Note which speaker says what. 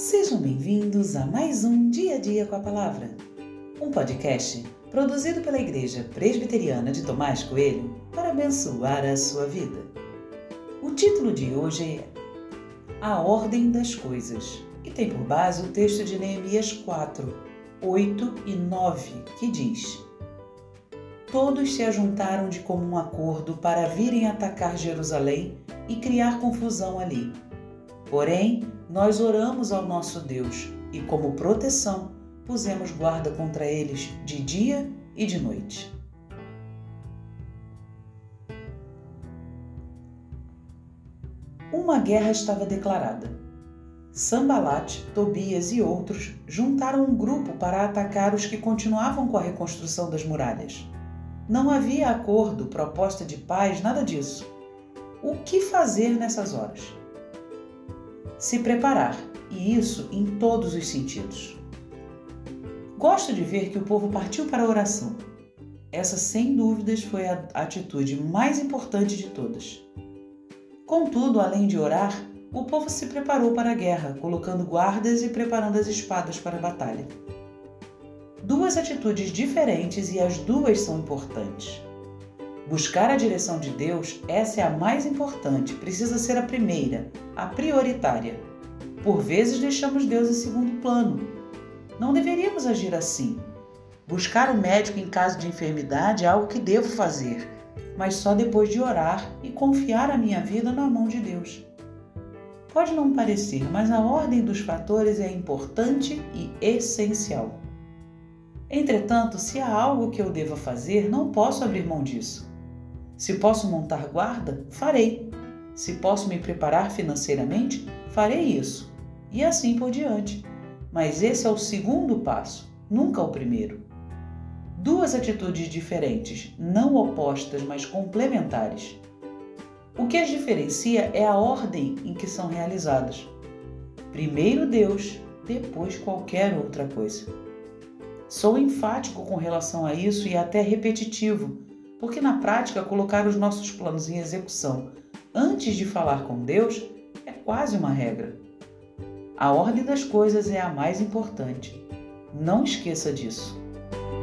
Speaker 1: Sejam bem-vindos a mais um Dia a Dia com a Palavra, um podcast produzido pela Igreja Presbiteriana de Tomás Coelho para abençoar a sua vida. O título de hoje é A Ordem das Coisas e tem por base o texto de Neemias 4, 8 e 9, que diz: Todos se ajuntaram de comum acordo para virem atacar Jerusalém e criar confusão ali. Porém, nós oramos ao nosso Deus e, como proteção, pusemos guarda contra eles de dia e de noite. Uma guerra estava declarada. Sanbalate, Tobias e outros juntaram um grupo para atacar os que continuavam com a reconstrução das muralhas. Não havia acordo, proposta de paz, nada disso. O que fazer nessas horas? Se preparar, e isso em todos os sentidos. Gosto de ver que o povo partiu para a oração. Essa, sem dúvidas, foi a atitude mais importante de todas. Contudo, além de orar, o povo se preparou para a guerra, colocando guardas e preparando as espadas para a batalha. Duas atitudes diferentes e as duas são importantes. Buscar a direção de Deus, essa é a mais importante, precisa ser a primeira, a prioritária. Por vezes deixamos Deus em segundo plano. Não deveríamos agir assim. Buscar o médico em caso de enfermidade é algo que devo fazer, mas só depois de orar e confiar a minha vida na mão de Deus. Pode não parecer, mas a ordem dos fatores é importante e essencial. Entretanto, se há algo que eu deva fazer, não posso abrir mão disso. Se posso montar guarda, farei. Se posso me preparar financeiramente, farei isso. E assim por diante. Mas esse é o segundo passo, nunca o primeiro. Duas atitudes diferentes, não opostas, mas complementares. O que as diferencia é a ordem em que são realizadas. Primeiro Deus, depois qualquer outra coisa. Sou enfático com relação a isso e até repetitivo, porque na prática colocar os nossos planos em execução antes de falar com Deus é quase uma regra. A ordem das coisas é a mais importante. Não esqueça disso.